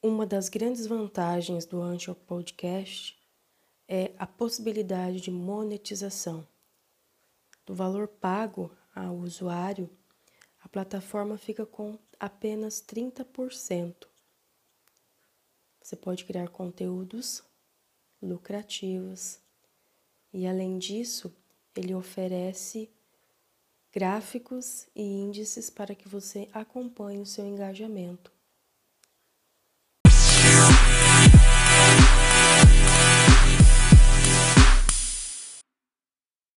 Uma das grandes vantagens do Anchor Podcast é a possibilidade de monetização. Do valor pago ao usuário, a plataforma fica com apenas 30%. Você pode criar conteúdos lucrativos e, além disso, ele oferece gráficos e índices para que você acompanhe o seu engajamento.